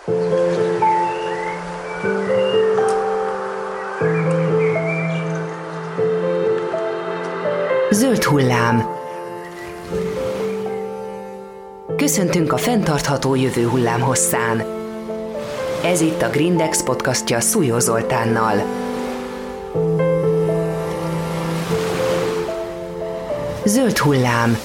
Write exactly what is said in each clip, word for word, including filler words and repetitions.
Zöld hullám. Köszöntünk a fenntartható jövő hullámhosszán. Ez itt a Grindex podcastja Szújó Zoltánnal. Zöld hullám.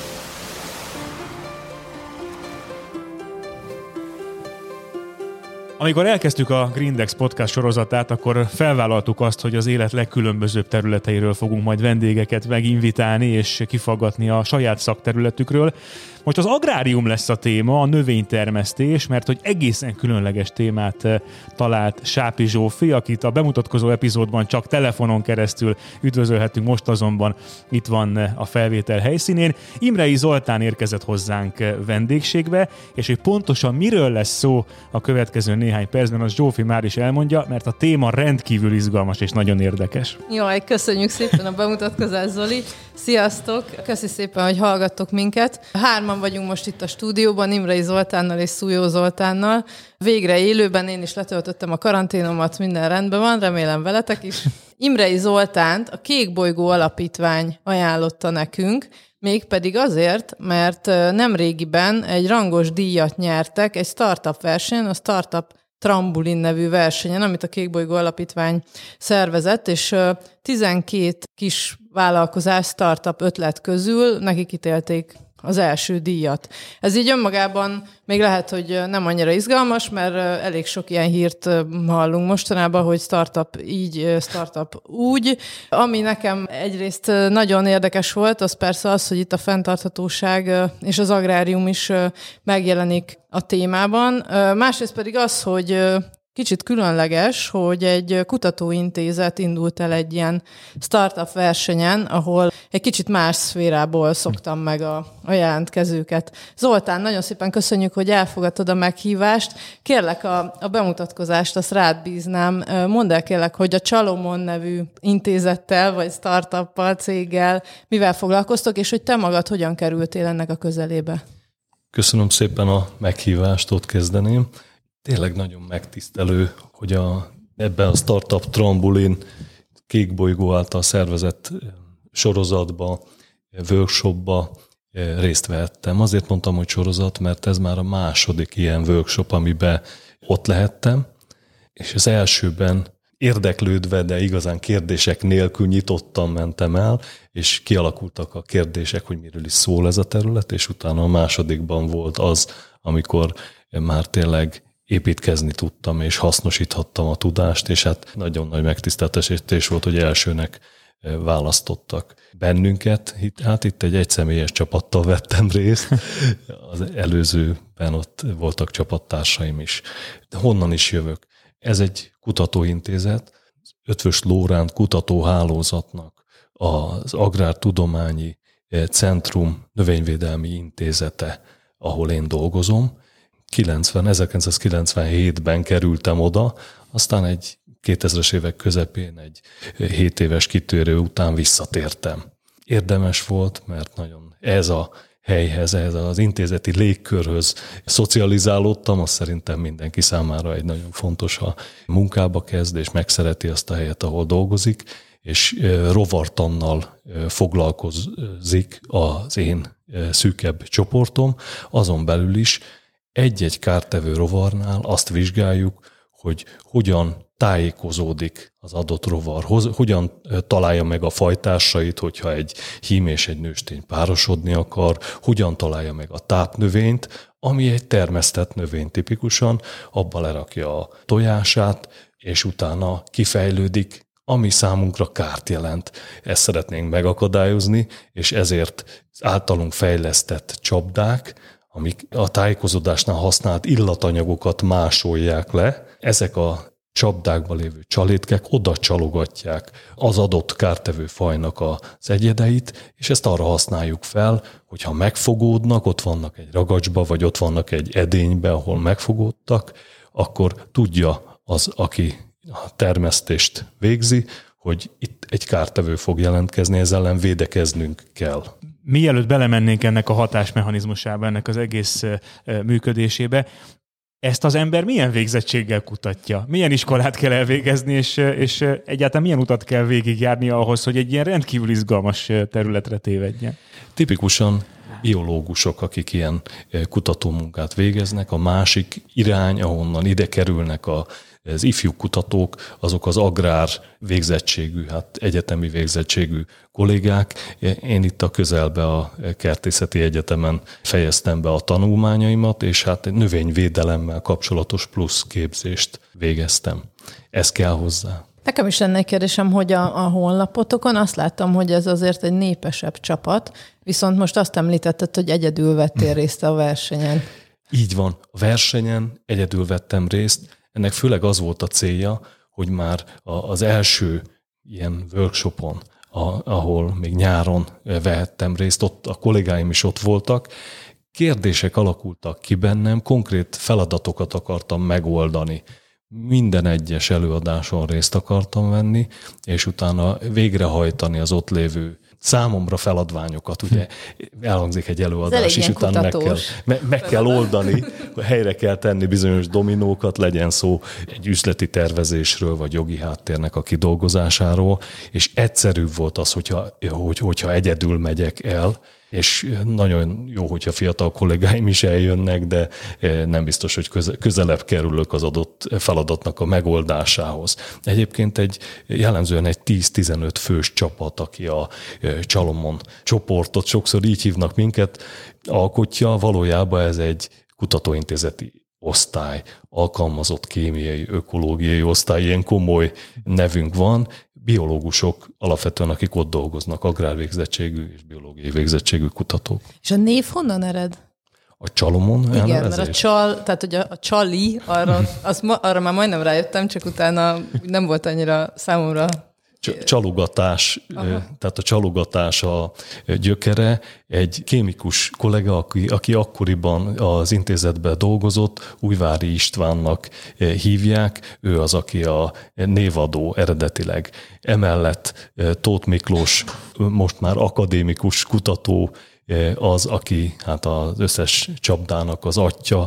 Amikor elkezdtük a Grindex podcast sorozatát, akkor felvállaltuk azt, hogy az élet legkülönbözőbb területeiről fogunk majd vendégeket meginvitálni és kifaggatni a saját szakterületükről. Most az agrárium lesz a téma, a növénytermesztés, mert hogy egészen különleges témát talált Sápi Zsófi, akit a bemutatkozó epizódban csak telefonon keresztül üdvözölhetünk, most azonban itt van a felvétel helyszínén. Imrei Zoltán érkezett hozzánk vendégségbe, és hogy pontosan miről lesz szó a következő néhány percben, az Zsófi már is elmondja, mert a téma rendkívül izgalmas és nagyon érdekes. Jaj, köszönjük szépen a bemutatkozást, Zoli. Sziasztok! Köszi szépen, hogy hallgattok minket. Hárman vagyunk most itt a stúdióban, Imrei Zoltánnal és Szújó Zoltánnal. Végre élőben, én is letöltöttem a karanténomat, minden rendben van, remélem veletek is. Imrei Zoltánt a Kék Bolygó Alapítvány ajánlotta nekünk, mégpedig azért, mert nemrégiben egy rangos díjat nyertek egy startup versenyen, a Startup Trambulin nevű versenyen, amit a Kék Bolygó Alapítvány szervezett, és tizenkét kis vállalkozás, startup ötlet közül nekik ítélték az első díjat. Ez így önmagában még lehet, hogy nem annyira izgalmas, mert elég sok ilyen hírt hallunk mostanában, hogy startup így, startup úgy. Ami nekem egyrészt nagyon érdekes volt, az persze az, hogy itt a fenntarthatóság és az agrárium is megjelenik a témában. Másrészt pedig az, hogy kicsit különleges, hogy egy kutatóintézet indult el egy ilyen startup versenyen, ahol egy kicsit más szférából szoktam meg a, a jelentkezőket. Zoltán, nagyon szépen köszönjük, hogy elfogadtad a meghívást. Kérlek, a, a bemutatkozást azt rád bíznám. Mondd el kérlek, hogy a Csalomon nevű intézettel, vagy startuppal, céggel mivel foglalkoztok, és hogy te magad hogyan kerültél ennek a közelébe. Köszönöm szépen a meghívást, ott kezdeném. Tényleg nagyon megtisztelő, hogy a, ebben a Startup Trambulin Kék Bolygó által szervezett sorozatba, workshopba részt vehettem. Azért mondtam, hogy sorozat, mert ez már a második ilyen workshop, amiben ott lehettem, és az elsőben érdeklődve, de igazán kérdések nélkül nyitottan mentem el, és kialakultak a kérdések, hogy miről is szól ez a terület, és utána a másodikban volt az, amikor már tényleg építkezni tudtam, és hasznosíthattam a tudást, és hát nagyon nagy megtiszteltetés volt, hogy elsőnek választottak bennünket. Hát itt egy egyszemélyes csapattal vettem részt, az előzőben ott voltak csapattársaim is. De honnan is jövök? Ez egy kutatóintézet, Ötvös Lóránt kutatóhálózatnak az Agrártudományi Centrum Növényvédelmi Intézete, ahol én dolgozom. ezerkilencszázkilencvenhétben kerültem oda, aztán egy kétezres évek közepén, egy hét éves kitörő után visszatértem. Érdemes volt, mert nagyon ez a helyhez, ez az intézeti légkörhöz szocializálódtam, azt szerintem mindenki számára egy nagyon fontos, ha munkába kezd, és megszereti azt a helyet, ahol dolgozik, és rovartannal foglalkozik az én szűkebb csoportom, azon belül is egy-egy kártevő rovarnál azt vizsgáljuk, hogy hogyan tájékozódik az adott rovar, hogyan találja meg a fajtársait, hogyha egy hím és egy nőstény párosodni akar, hogyan találja meg a tápnövényt, ami egy termesztett növény tipikusan, abba lerakja a tojását, és utána kifejlődik, ami számunkra kárt jelent. Ezt szeretnénk megakadályozni, és ezért általunk fejlesztett csapdák, amik a tájékozódásnál használt illatanyagokat másolják le, ezek a csapdákban lévő csalétkek oda csalogatják az adott kártevő fajnak az egyedeit, és ezt arra használjuk fel, hogyha megfogódnak, ott vannak egy ragacsba, vagy ott vannak egy edénybe, ahol megfogódtak, akkor tudja az, aki a termesztést végzi, hogy itt egy kártevő fog jelentkezni, ezzel ellen védekeznünk kell. Mielőtt belemennénk ennek a hatásmechanizmusába, ennek az egész működésébe, ezt az ember milyen végzettséggel kutatja? Milyen iskolát kell elvégezni, és, és egyáltalán milyen utat kell végigjárni ahhoz, hogy egy ilyen rendkívül izgalmas területre tévedjen? Tipikusan biológusok, akik ilyen kutatómunkát végeznek, a másik irány, ahonnan ide kerülnek a az ifjú kutatók, azok az agrár végzettségű, hát egyetemi végzettségű kollégák. Én itt a közelbe a Kertészeti Egyetemen fejeztem be a tanulmányaimat, és hát növényvédelemmel kapcsolatos plusz képzést végeztem. Ez kell hozzá. Nekem is lenne egy kérdésem, hogy a, a honlapotokon azt láttam, hogy ez azért egy népesebb csapat, viszont most azt említetted, hogy egyedül vettél részt a versenyen. Így van. A versenyen egyedül vettem részt. Ennek főleg az volt a célja, hogy már az első ilyen workshopon, ahol még nyáron vehettem részt, ott a kollégáim is ott voltak, kérdések alakultak ki bennem, konkrét feladatokat akartam megoldani. Minden egyes előadáson részt akartam venni, és utána végrehajtani az ott lévő számomra feladványokat. Ugye elhangzik egy előadás, és utána meg kell, me, meg kell oldani, helyre kell tenni bizonyos dominókat, legyen szó egy üzleti tervezésről, vagy jogi háttérnek a kidolgozásáról, és egyszerűbb volt az, hogyha, hogy, hogyha egyedül megyek el, és nagyon jó, hogyha fiatal kollégáim is eljönnek, de nem biztos, hogy közelebb kerülök az adott feladatnak a megoldásához. Egyébként egy jellemzően egy tíz-tizenöt fős csapat, aki a Csalomon csoportot, sokszor így hívnak minket, alkotja, valójában ez egy kutatóintézeti osztály, alkalmazott kémiai, ökológiai osztály, ilyen komoly nevünk van, biológusok alapvetően, akik ott dolgoznak, agrárvégzettségű és biológiai végzettségű kutatók. És a név honnan ered? A Csalomon? Igen, mert a csal, tehát hogy a, a csali, arra, az, arra már majdnem rájöttem, csak utána nem volt annyira számomra... Csalogatás, Aha. tehát a csalogatás a gyökere. Egy kémikus kollega, aki, aki akkoriban az intézetben dolgozott, Újvári Istvánnak hívják, ő az, aki a névadó eredetileg. Emellett Tóth Miklós, most már akadémikus kutató, az, aki hát az összes csapdának az atya,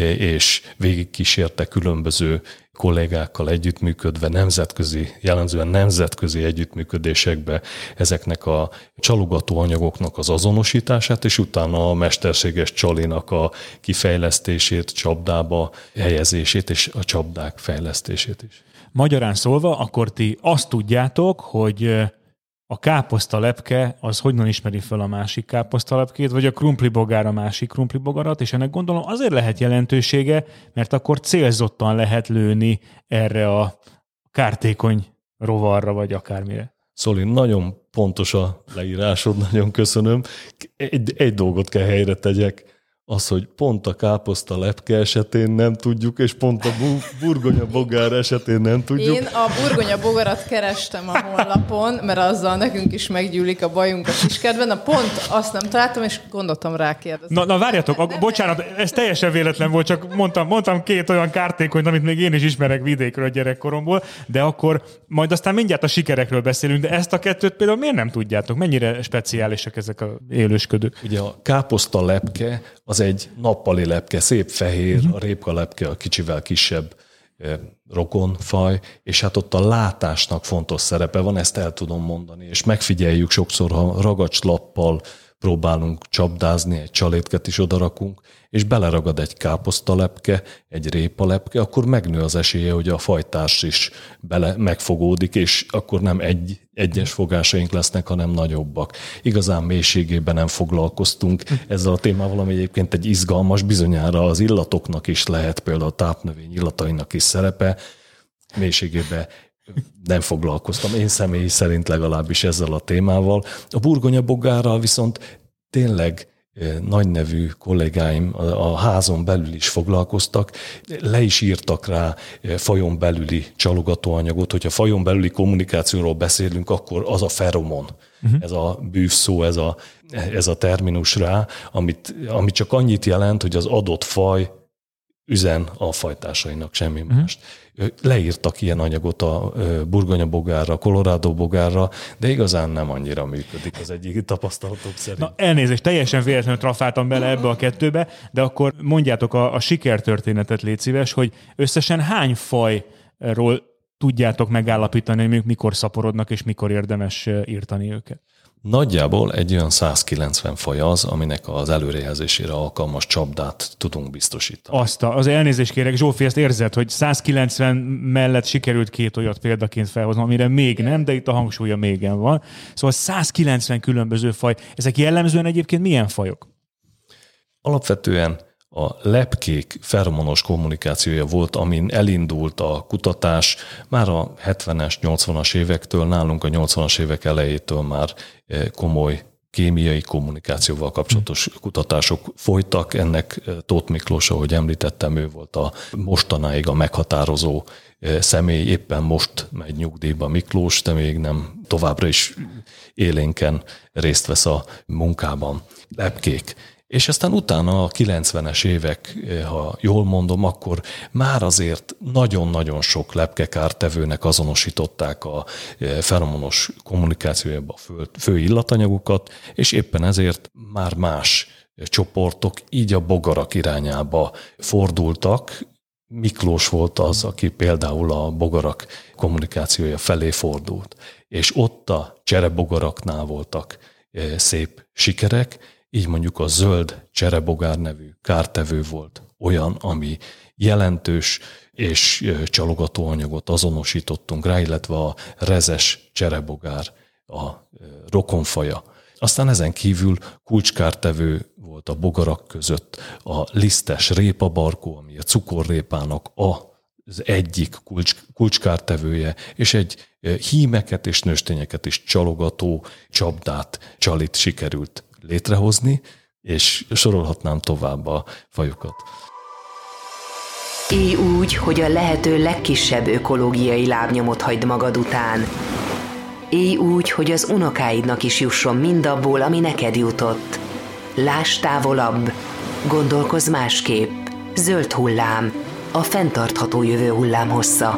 és végigkísérte különböző kollégákkal együttműködve, nemzetközi, jellemzően nemzetközi együttműködésekbe ezeknek a csalogató anyagoknak az azonosítását, és utána a mesterséges csalinak a kifejlesztését, csapdába helyezését, és a csapdák fejlesztését is. Magyarán szólva, akkor ti azt tudjátok, hogy a káposztalepke az hogyan ismeri fel a másik káposztalepkét, vagy a krumplibogár a másik krumplibogarat, és ennek gondolom azért lehet jelentősége, mert akkor célzottan lehet lőni erre a kártékony rovarra, vagy akármire. Szóli, nagyon pontos a leírásod, nagyon köszönöm. Egy, egy dolgot kell helyre tegyek, az, hogy pont a káposzta lepke esetén nem tudjuk, és pont a burgonya bogár esetén nem tudjuk. Én a burgonya bogarat kerestem a honlapon, mert azzal nekünk is meggyűlik a bajunk a kiskertben. Na pont azt nem találtam, és gondoltam rákérdezni. Na, na várjatok, a, bocsánat, ez teljesen véletlen volt, csak mondtam, mondtam két olyan kártékony, amit még én is ismerek vidékről gyerekkoromból, de akkor majd aztán mindjárt a sikerekről beszélünk, de ezt a kettőt például miért nem tudjátok? Mennyire speciálisak ezek a élősködők? Ugye a káposzta lepke az egy nappali lepke, szép fehér, a répka lepke a kicsivel kisebb rokonfaj, és hát ott a látásnak fontos szerepe van, ezt el tudom mondani, és megfigyeljük sokszor, ha ragacslappal próbálunk csapdázni, egy csalétket is odarakunk, és beleragad egy káposztalepke, egy répalepke, akkor megnő az esélye, hogy a fajtárs is bele megfogódik, és akkor nem egy, egyes fogásaink lesznek, hanem nagyobbak. Igazán mélységében nem foglalkoztunk ezzel a témával, ami egyébként egy izgalmas, bizonyára az illatoknak is lehet, például a tápnövény illatainak is szerepe, mélységében nem foglalkoztam. Én személy szerint legalábbis ezzel a témával. A burgonya bogárral viszont tényleg nagy nevű kollégáim a házon belül is foglalkoztak, le is írtak rá fajon belüli csalogatóanyagot, hogyha fajon belüli kommunikációról beszélünk, akkor az a feromon, uh-huh. ez a bűvszó, ez a, ez a terminus rá, amit, amit csak annyit jelent, hogy az adott faj üzen a fajtásainak, semmi uh-huh. mást. Leírtak ilyen anyagot a burgonya bogárra, Colorado bogárra, de igazán nem annyira működik az egyik tapasztalatok szerint. Na, elnézést, teljesen véletlenül trafáltam bele ebbe a kettőbe, de akkor mondjátok a, a sikertörténetet, légy szíves, hogy összesen hány fajról tudjátok megállapítani, hogy mikor szaporodnak, és mikor érdemes írtani őket? Nagyjából egy olyan százkilencven faj az, aminek az előrejelzésére alkalmas csapdát tudunk biztosítani. Azt a, az elnézést kérek, Zsófi, ezt érzed, hogy százkilencven mellett sikerült két olyat példaként felhoznom, amire még nem, de itt a hangsúlya mégen van. Szóval százkilencven különböző faj. Ezek jellemzően egyébként milyen fajok? Alapvetően a lepkék feromonos kommunikációja volt, amin elindult a kutatás már a hetvenes, nyolcvanas évektől, nálunk a nyolcvanas évek elejétől már komoly kémiai kommunikációval kapcsolatos kutatások folytak. Ennek Tóth Miklós, ahogy említettem, ő volt a mostanáig a meghatározó személy. Éppen most megy nyugdíjba Miklós, de még nem, továbbra is élénken részt vesz a munkában. Lepkék. És aztán utána a kilencvenes évek, ha jól mondom, akkor már azért nagyon-nagyon sok lepkekártevőnek azonosították a feromonos kommunikációjába a fő, fő illatanyagokat, és éppen ezért már más csoportok így a bogarak irányába fordultak. Miklós volt az, aki például a bogarak kommunikációja felé fordult. És ott a cserebogaraknál voltak szép sikerek, így mondjuk a zöld cserebogár nevű kártevő volt olyan, ami jelentős és csalogatóanyagot azonosítottunk rá, illetve a rezes cserebogár a rokonfaja. Aztán ezen kívül kulcskártevő volt a bogarak között a lisztes répabarkó, ami a cukorrépának az egyik kulcs, kulcskártevője, és egy hímeket és nőstényeket is csalogató csapdát, csalit sikerült létrehozni, és sorolhatnám tovább a fajokat. Élj úgy, hogy a lehető legkisebb ökológiai lábnyomot hagyd magad után. Élj úgy, hogy az unokáidnak is jusson mindabból, ami neked jutott. Láss távolabb, gondolkozz másképp. Zöld hullám, a fenntartható jövő hullámhossza.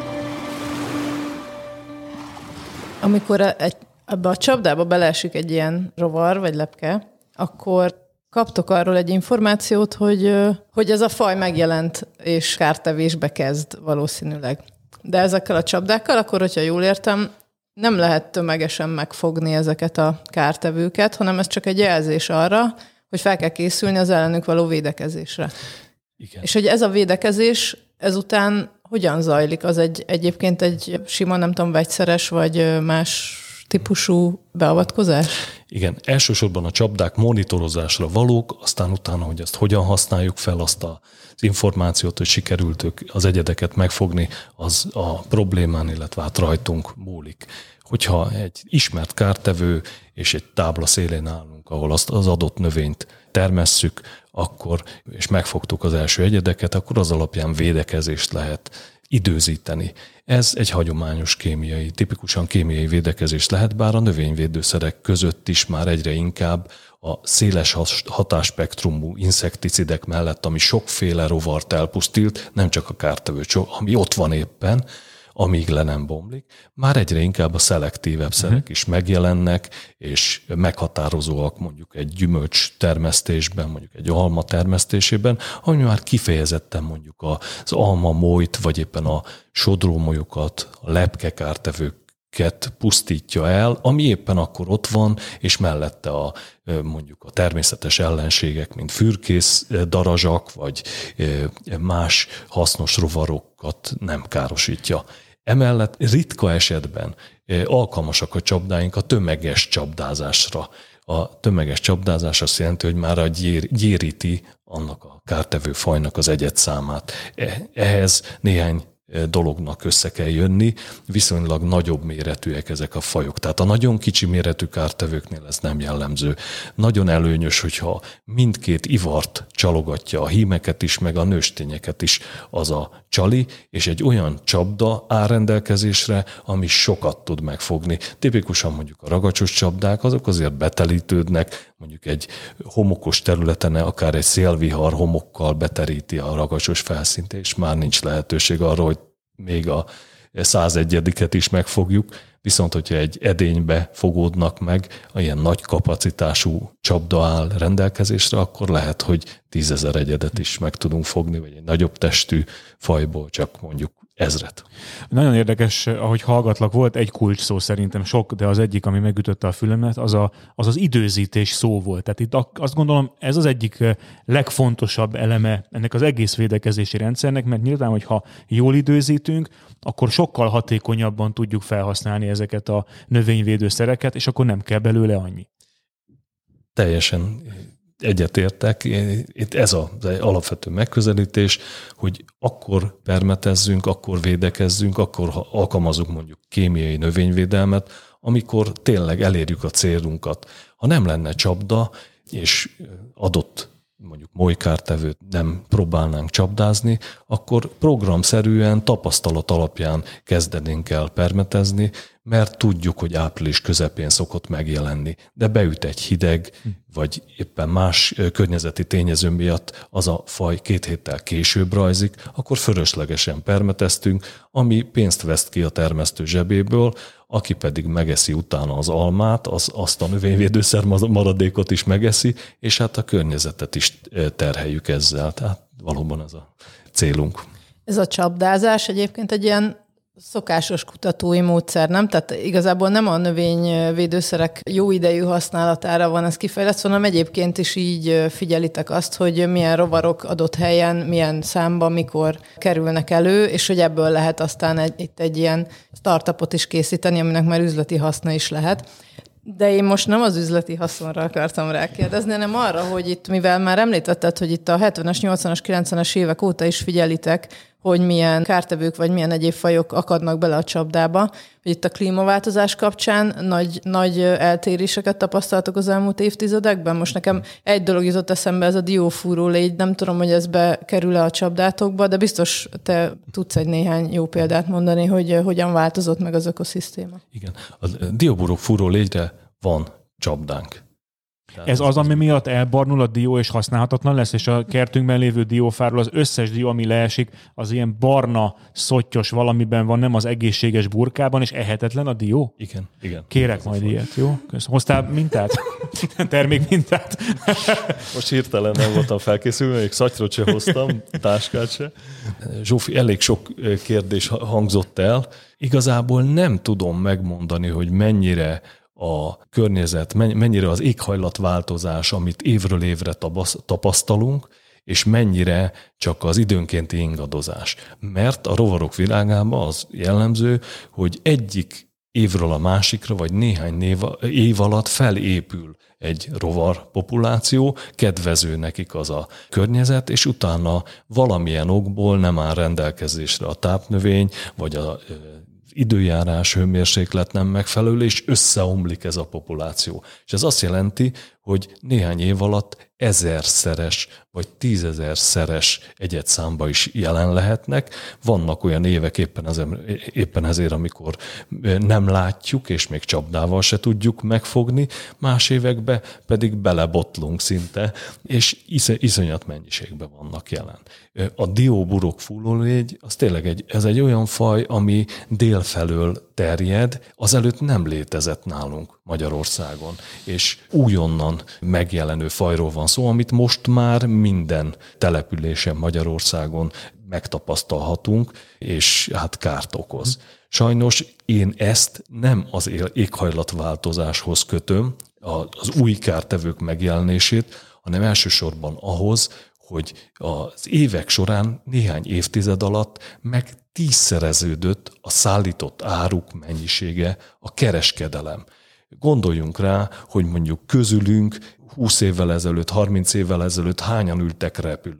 Amikor egy, ebbe a csapdába beleesik egy ilyen rovar vagy lepke, akkor kaptok arról egy információt, hogy, hogy ez a faj megjelent és kártevésbe kezd valószínűleg. De ezekkel a csapdákkal, akkor, hogyha jól értem, nem lehet tömegesen megfogni ezeket a kártevőket, hanem ez csak egy jelzés arra, hogy fel kell készülni az ellenük való védekezésre. Igen. És hogy ez a védekezés ezután hogyan zajlik? Az egy, egyébként egy sima, nem tudom, vegyszeres vagy más típusú beavatkozás? Igen, elsősorban a csapdák monitorozásra valók, aztán utána, hogy ezt hogyan használjuk fel, azt az információt, hogy sikerült az egyedeket megfogni, az a problémán, illetve hát rajtunk múlik. Hogyha egy ismert kártevő és egy tábla szélén állunk, ahol azt az adott növényt termesszük, akkor, és megfogtuk az első egyedeket, akkor az alapján védekezést lehet időzíteni. Ez egy hagyományos kémiai, tipikusan kémiai védekezés lehet, bár a növényvédőszerek között is már egyre inkább a széles hatásspektrumú inszekticidek mellett, ami sokféle rovart elpusztít, nem csak a kártevő, ami ott van éppen, amíg le nem bomlik, már egyre inkább a szelektívebb szerek is megjelennek, és meghatározóak mondjuk egy gyümölcs termesztésben, mondjuk egy alma termesztésében, ami már kifejezetten mondjuk az alma molyt, vagy éppen a sodrómolyokat, a lepkekártevőket pusztítja el, ami éppen akkor ott van, és mellette a, mondjuk a természetes ellenségek, mint fürkész darazsak, vagy más hasznos rovarokat nem károsítja. Emellett ritka esetben alkalmasak a csapdáink a tömeges csapdázásra. A tömeges csapdázás azt jelenti, hogy már a gyér, gyéríti annak a kártevő fajnak az egyedszámát. Ehhez néhány dolognak össze kell jönni, viszonylag nagyobb méretűek ezek a fajok. Tehát a nagyon kicsi méretű kártevőknél ez nem jellemző. Nagyon előnyös, hogyha mindkét ivart csalogatja, a hímeket is, meg a nőstényeket is az a csali, és egy olyan csapda áll rendelkezésre, ami sokat tud megfogni. Tipikusan mondjuk a ragacsos csapdák, azok azért betelítődnek, mondjuk egy homokos területen, akár egy szélvihar homokkal beteríti a ragacsos felszínt, és már nincs lehetőség arra, hogy még a százegyediket is megfogjuk, viszont hogyha egy edénybe fogódnak meg, ilyen nagy kapacitású csapda áll rendelkezésre, akkor lehet, hogy tízezer egyedet is meg tudunk fogni, vagy egy nagyobb testű fajból csak mondjuk ezret. Nagyon érdekes, ahogy hallgatlak, volt egy kulcs szó szerintem sok, de az egyik, ami megütötte a fülemet, az a, az, az időzítés szó volt. Tehát itt azt gondolom, ez az egyik legfontosabb eleme ennek az egész védekezési rendszernek, mert nyilván, hogyha jól időzítünk, akkor sokkal hatékonyabban tudjuk felhasználni ezeket a növényvédőszereket, és akkor nem kell belőle annyi. Teljesen egyetértek. Itt ez az alapvető megközelítés, hogy akkor permetezzünk, akkor védekezzünk, akkor alkalmazunk mondjuk kémiai növényvédelmet, amikor tényleg elérjük a célunkat. Ha nem lenne csapda, és adott mondjuk molykártevőt nem próbálnánk csapdázni, akkor programszerűen tapasztalat alapján kezdenénk el permetezni, mert tudjuk, hogy április közepén szokott megjelenni. De beüt egy hideg, vagy éppen más környezeti tényező miatt az a faj két héttel később rajzik, akkor fölöslegesen permeteztünk, ami pénzt vesz ki a termesztő zsebéből, aki pedig megeszi utána az almát, az, azt a növényvédőszer maradékot is megeszi, és hát a környezetet is terheljük ezzel. Tehát valóban ez a célunk. Ez a csapdázás egyébként egy ilyen szokásos kutatói módszer, nem? Tehát igazából nem a növényvédőszerek jó idejű használatára van ez kifejlesztve, hanem egyébként is így figyelitek azt, hogy milyen rovarok adott helyen, milyen számban, mikor kerülnek elő, és hogy ebből lehet aztán egy, itt egy ilyen startupot is készíteni, aminek már üzleti haszna is lehet. De én most nem az üzleti haszonra akartam rákérdezni, hanem arra, hogy itt, mivel már említetted, hogy itt a hetvenes, nyolcvanas, kilencvenes évek óta is figyelitek, hogy milyen kártevők vagy milyen egyéb fajok akadnak bele a csapdába, hogy itt a klímaváltozás kapcsán nagy, nagy eltéréseket tapasztaltok az elmúlt évtizedekben. Most nekem egy dolog jutott eszembe, ez a diófúró légy, nem tudom, hogy ez bekerül-e a csapdátokba, de biztos te tudsz egy néhány jó példát mondani, hogy hogyan változott meg az ökoszisztéma. Igen, a dióburok fúró légyre van csapdánk. Tehát ez az, ami miatt elbarnul a dió és használhatatlan lesz, és a kertünkben lévő diófáról az összes dió, ami leesik, az ilyen barna, szottyos valamiben van, nem az egészséges burkában, és ehetetlen a dió? Igen, igen. Kérek majd ilyet, jó? Köszönöm. Hoztál mintát? Termék mintát? Most hirtelen nem voltam felkészülve, még szatyrot se hoztam, táskát se. Zsófi, elég sok kérdés hangzott el. Igazából nem tudom megmondani, hogy mennyire a környezet, mennyire az éghajlatváltozás, amit évről évre tapasztalunk, és mennyire csak az időnkénti ingadozás. Mert a rovarok világában az jellemző, hogy egyik évről a másikra, vagy néhány év, év alatt felépül egy rovar populáció, kedvező nekik az a környezet, és utána valamilyen okból nem áll rendelkezésre a tápnövény, vagy a időjárás, hőmérséklet nem megfelelő, és összeomlik ez a populáció. És ez azt jelenti, hogy néhány év alatt ezerszeres vagy tízezerszeres egyedszámba is jelen lehetnek. Vannak olyan évek éppen, az, éppen ezért, amikor nem látjuk, és még csapdával se tudjuk megfogni, más években pedig belebotlunk szinte, és iszonyat mennyiségben vannak jelen. A dióburok fúrólégy, az tényleg egy, ez egy olyan faj, ami délfelől terjed, azelőtt nem létezett nálunk Magyarországon, és újonnan megjelenő fajról van szó, amit most már minden településen Magyarországon megtapasztalhatunk, és hát kárt okoz. Sajnos én ezt nem az éghajlatváltozáshoz kötöm, az új kártevők megjelenését, hanem elsősorban ahhoz, hogy az évek során néhány évtized alatt meg tízszereződött a szállított áruk mennyisége, a kereskedelem. Gondoljunk rá, hogy mondjuk közülünk húsz évvel ezelőtt, harminc évvel ezelőtt hányan ültek repülőn.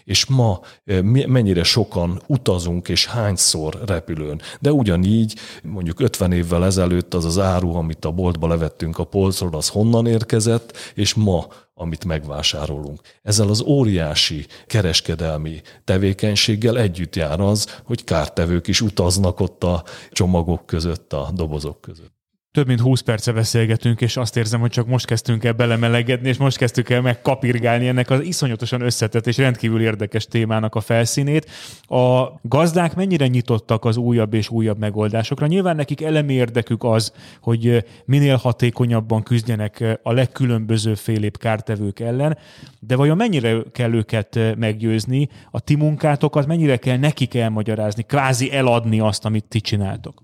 és ma mennyire sokan utazunk, és hányszor repülőn. De ugyanígy mondjuk ötven évvel ezelőtt az az áru, amit a boltba levettünk a polcról, az honnan érkezett, és ma amit megvásárolunk. Ezzel az óriási kereskedelmi tevékenységgel együtt jár az, hogy kártevők is utaznak ott a csomagok között, a dobozok között. Több mint húsz perce beszélgetünk, és azt érzem, hogy csak most kezdtünk el belemelegedni, és most kezdtük el megkapirgálni ennek az iszonyatosan összetett és rendkívül érdekes témának a felszínét. A gazdák mennyire nyitottak az újabb és újabb megoldásokra? Nyilván nekik elemi érdekük az, hogy minél hatékonyabban küzdjenek a legkülönbözőbb félébb kártevők ellen, de vajon mennyire kell őket meggyőzni, a ti munkátokat, mennyire kell nekik elmagyarázni, kvázi eladni azt, amit ti csináltok?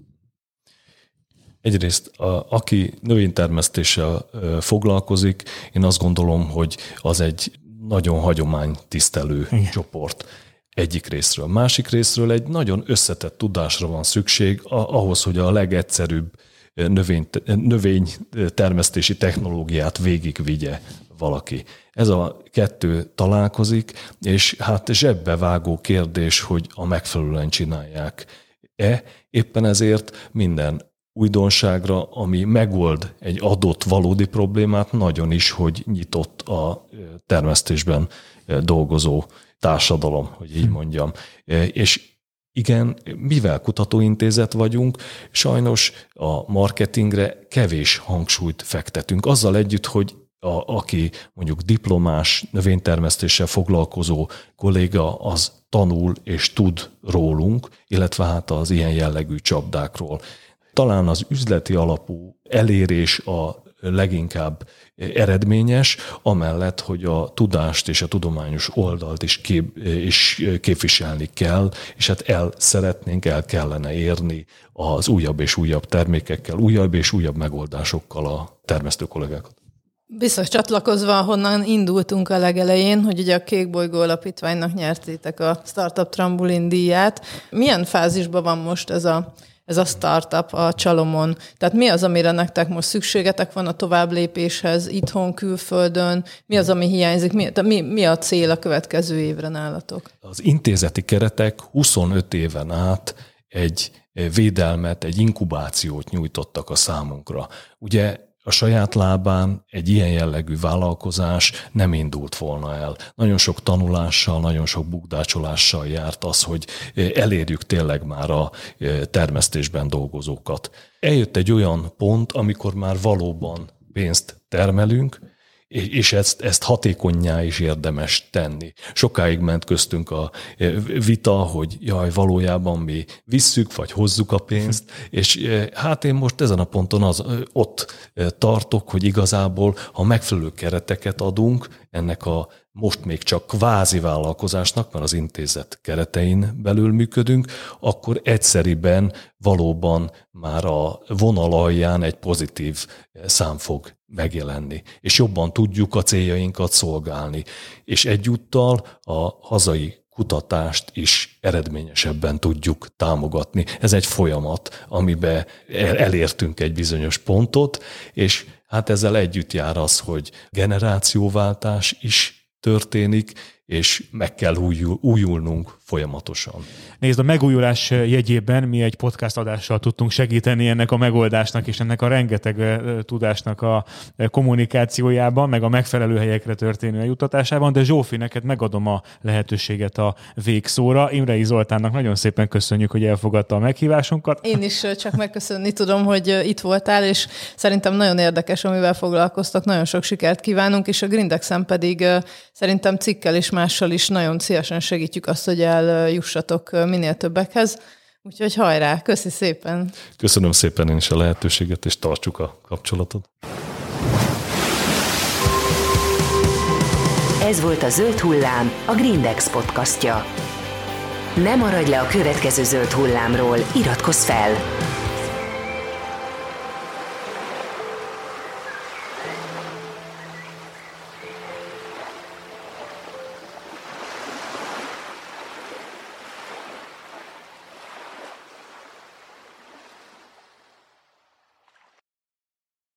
Egyrészt, a, aki növénytermesztéssel foglalkozik, én azt gondolom, hogy az egy nagyon hagyománytisztelő Igen. csoport egyik részről. Másik részről egy nagyon összetett tudásra van szükség ahhoz, hogy a legegyszerűbb növény, növénytermesztési technológiát végigvigye valaki. Ez a kettő találkozik, és hát zsebbevágó kérdés, hogy a megfelelően csinálják-e. Éppen ezért minden újdonságra, ami megold egy adott valódi problémát, nagyon is, hogy nyitott a termesztésben dolgozó társadalom, hogy így mondjam. És igen, mivel kutatóintézet vagyunk, sajnos a marketingre kevés hangsúlyt fektetünk. Azzal együtt, hogy a, aki mondjuk diplomás növénytermesztéssel foglalkozó kolléga, az tanul és tud rólunk, illetve hát az ilyen jellegű csapdákról. Talán az üzleti alapú elérés a leginkább eredményes, amellett, hogy a tudást és a tudományos oldalt is, kép, is képviselni kell, és hát el szeretnénk, el kellene érni az újabb és újabb termékekkel, újabb és újabb megoldásokkal a termesztő kollégákat. Biztos csatlakozva, honnan indultunk a legelején, hogy ugye a Kék Bolygó Alapítványnak nyertétek a Startup Trambulin díját. Milyen fázisban van most ez a ez a startup a Csalomon? Tehát mi az, amire nektek most szükségetek van a továbblépéshez, itthon, külföldön? Mi az, ami hiányzik? Mi, mi, mi a cél a következő évre nálatok? Az intézeti keretek huszonöt éven át egy védelmet, egy inkubációt nyújtottak a számunkra. Ugye a saját lábán egy ilyen jellegű vállalkozás nem indult volna el. Nagyon sok tanulással, nagyon sok bukdácsolással járt az, hogy elérjük tényleg már a termesztésben dolgozókat. Eljött egy olyan pont, amikor már valóban pénzt termelünk, és ezt, ezt hatékonnyá is érdemes tenni. Sokáig ment köztünk a vita, hogy jaj, valójában mi visszük, vagy hozzuk a pénzt, és hát én most ezen a ponton az, ott tartok, hogy igazából, ha megfelelő kereteket adunk ennek a most még csak kvázi vállalkozásnak, mert az intézet keretein belül működünk, akkor egyszeriben valóban már a vonal alján egy pozitív szám fog megjelenni, és jobban tudjuk a céljainkat szolgálni, és egyúttal a hazai kutatást is eredményesebben tudjuk támogatni. Ez egy folyamat, amiben elértünk egy bizonyos pontot, és hát ezzel együtt jár az, hogy generációváltás is történik, és meg kell újul, újulnunk folyamatosan. Nézd, a megújulás jegyében mi egy podcast adással tudtunk segíteni ennek a megoldásnak és ennek a rengeteg tudásnak a kommunikációjában, meg a megfelelő helyekre történő eljuttatásában, de Zsófi, neked megadom a lehetőséget a végszóra. Imrei Zoltánnak nagyon szépen köszönjük, hogy elfogadta a meghívásunkat. Én is csak megköszönni tudom, hogy itt voltál, és szerintem nagyon érdekes, amivel foglalkoztak, nagyon sok sikert kívánunk, és a Grindexen pedig szerintem cikkel és mással is nagyon szívesen segítjük azt, hogy eljussatok minél többekhez. Úgyhogy hajrá, köszi szépen! Köszönöm szépen én is a lehetőséget, és tartsuk a kapcsolatot. Ez volt a Zöld Hullám, a Grindex podcastja. Ne maradj le a következő Zöld Hullámról, iratkozz fel!